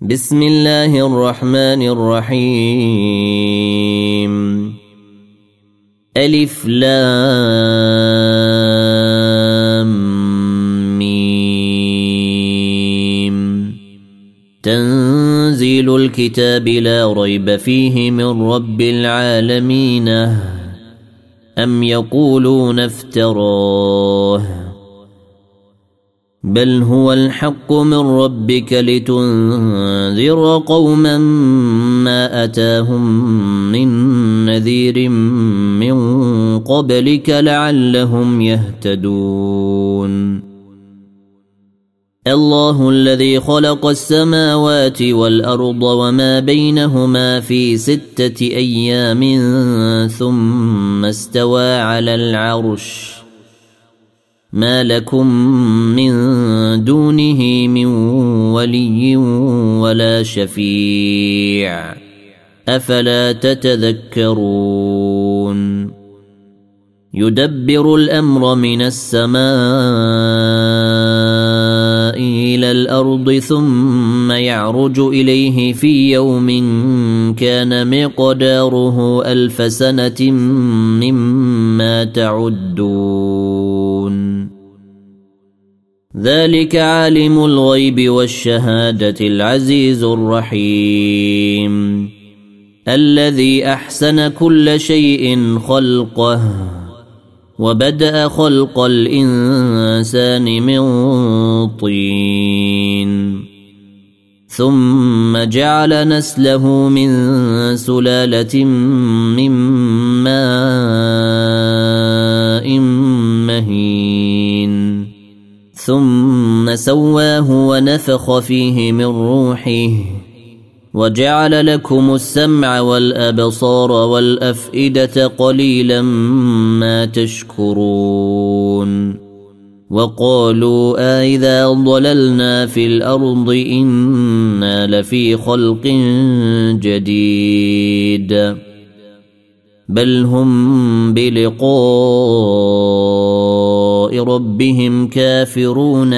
بسم الله الرحمن الرحيم. ألف لام ميم. تنزيل الكتاب لا ريب فيه من رب العالمين. أم يقولون افتراه بل هو الحق من ربك لتنذر قوما ما أتاهم من نذير من قبلك لعلهم يهتدون. الله الذي خلق السماوات والأرض وما بينهما في 6 أيام ثم استوى على العرش ما لكم من دونه من ولي ولا شفيع أفلا تتذكرون. يدبر الأمر من السماء إلى الأرض ثم يعرج إليه في يوم كان مقداره 1000 سنة مما تعدون. ذلك عالم الغيب والشهادة العزيز الرحيم الذي أحسن كل شيء خلقه وبدأ خلق الإنسان من طين ثم جعل نسله من سلالة من ماء مهين ثم سواه ونفخ فيه من روحه وجعل لكم السمع والأبصار والأفئدة قليلا ما تشكرون. وقالوا أإذا ضللنا في الأرض إنا لفي خلق جديد بل هم بلقاء ربهم كافرون.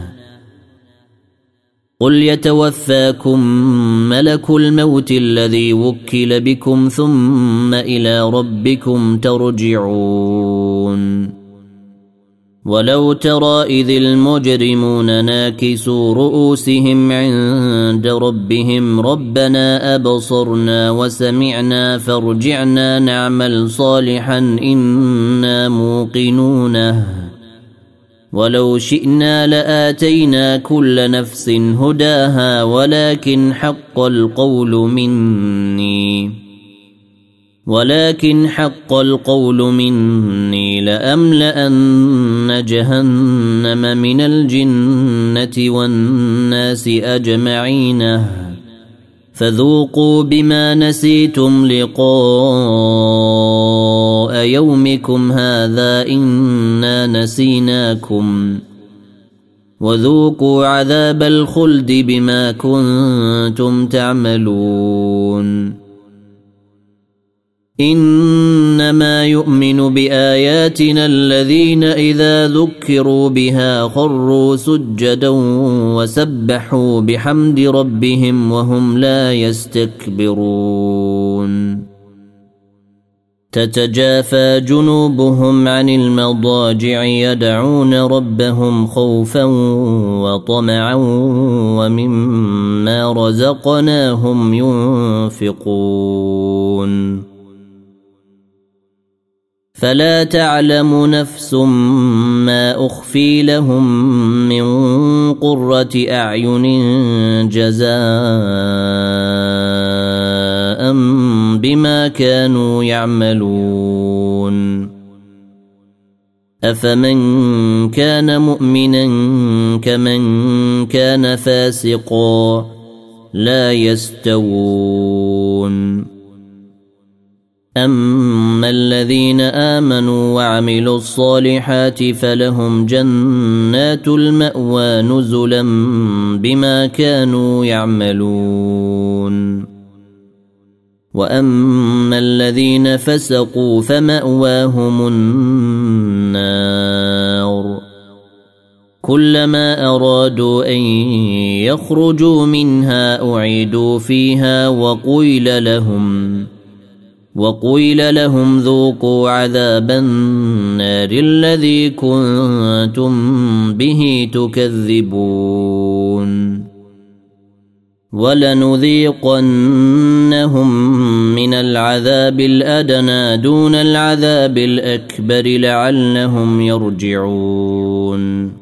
قل يتوفاكم ملك الموت الذي وكل بكم ثم إلى ربكم ترجعون. ولو ترى إذ المجرمون ناكسوا رؤوسهم عند ربهم ربنا أبصرنا وسمعنا فارجعنا نعمل صالحا إنا موقنون. ولو شئنا لآتينا كل نفس هداها ولكن حق القول مني لأملأن جهنم من الجنة والناس أجمعين فذوقوا بما نسيتم لقاء يومكم هذا إنا نسيناكم وذوقوا عذاب الخلد بما كنتم تعملون. إنما يؤمن بآياتنا الذين إذا ذكروا بها خروا سجدا وسبحوا بحمد ربهم وهم لا يستكبرون. تتجافى جنوبهم عن المضاجع يدعون ربهم خوفا وطمعا ومما رزقناهم ينفقون. فلا تعلم نفس ما أخفي لهم من قرة أعين جزاء بما كانوا يعملون. أفمن كان مؤمنا كمن كان فاسقا لا يستوون. أما الذين آمنوا وعملوا الصالحات فلهم جنات المأوى نزلا بما كانوا يعملون. وأما الذين فسقوا فمأواهم النار كلما أرادوا أن يخرجوا منها أعيدوا فيها وقيل لهم ذوقوا عذاب النار الذي كنتم به تكذبون ولنذيقنهم من العذاب الأدنى دون العذاب الأكبر لعلهم يرجعون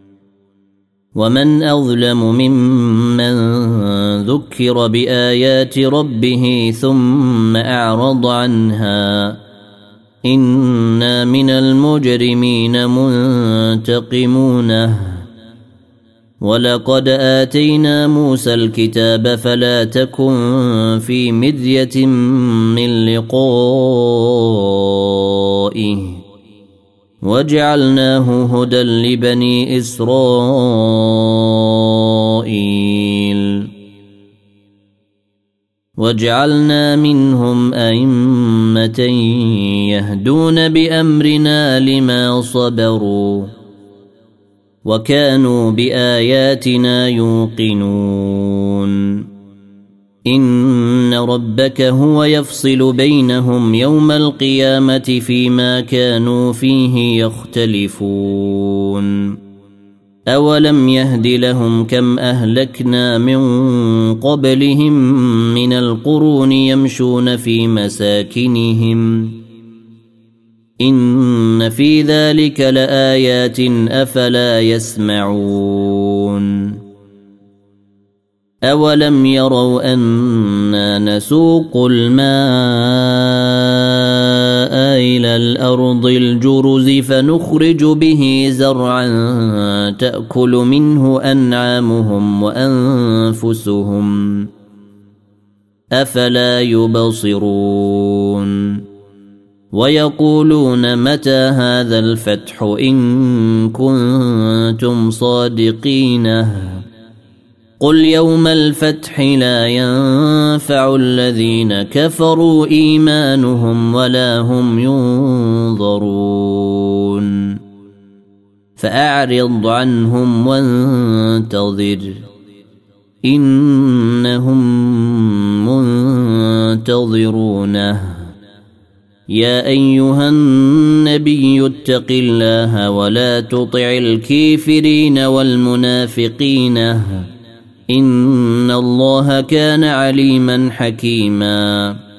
ومن أظلم ممن ذكر بآيات ربه ثم أعرض عنها إنا من المجرمين منتقمون ولقد آتينا موسى الكتاب فلا تكن في مرية من لقائه وجعلناه هدى لبني إسرائيل وجعلنا منهم أئمة يهدون بأمرنا لما صبروا وكانوا بآياتنا يوقنون إن ربك هو يفصل بينهم يوم القيامة فيما كانوا فيه يختلفون أولم يهد لهم كم أهلكنا من قبلهم من القرون يمشون في مساكنهم إن في ذلك لآيات أفلا يسمعون أولم يروا أنا نسوق الماء إلى الأرض الجرز فنخرج به زرعا تأكل منه أنعامهم وأنفسهم أفلا يبصرون ويقولون متى هذا الفتح إن كنتم صادقين قل يوم الفتح لا ينفع الذين كفروا إيمانهم ولا هم ينظرون فأعرض عنهم وانتظر إنهم منتظرونه يا أيها النبي اتق الله ولا تطع الكافرين والمنافقين إن الله كان عليما حكيما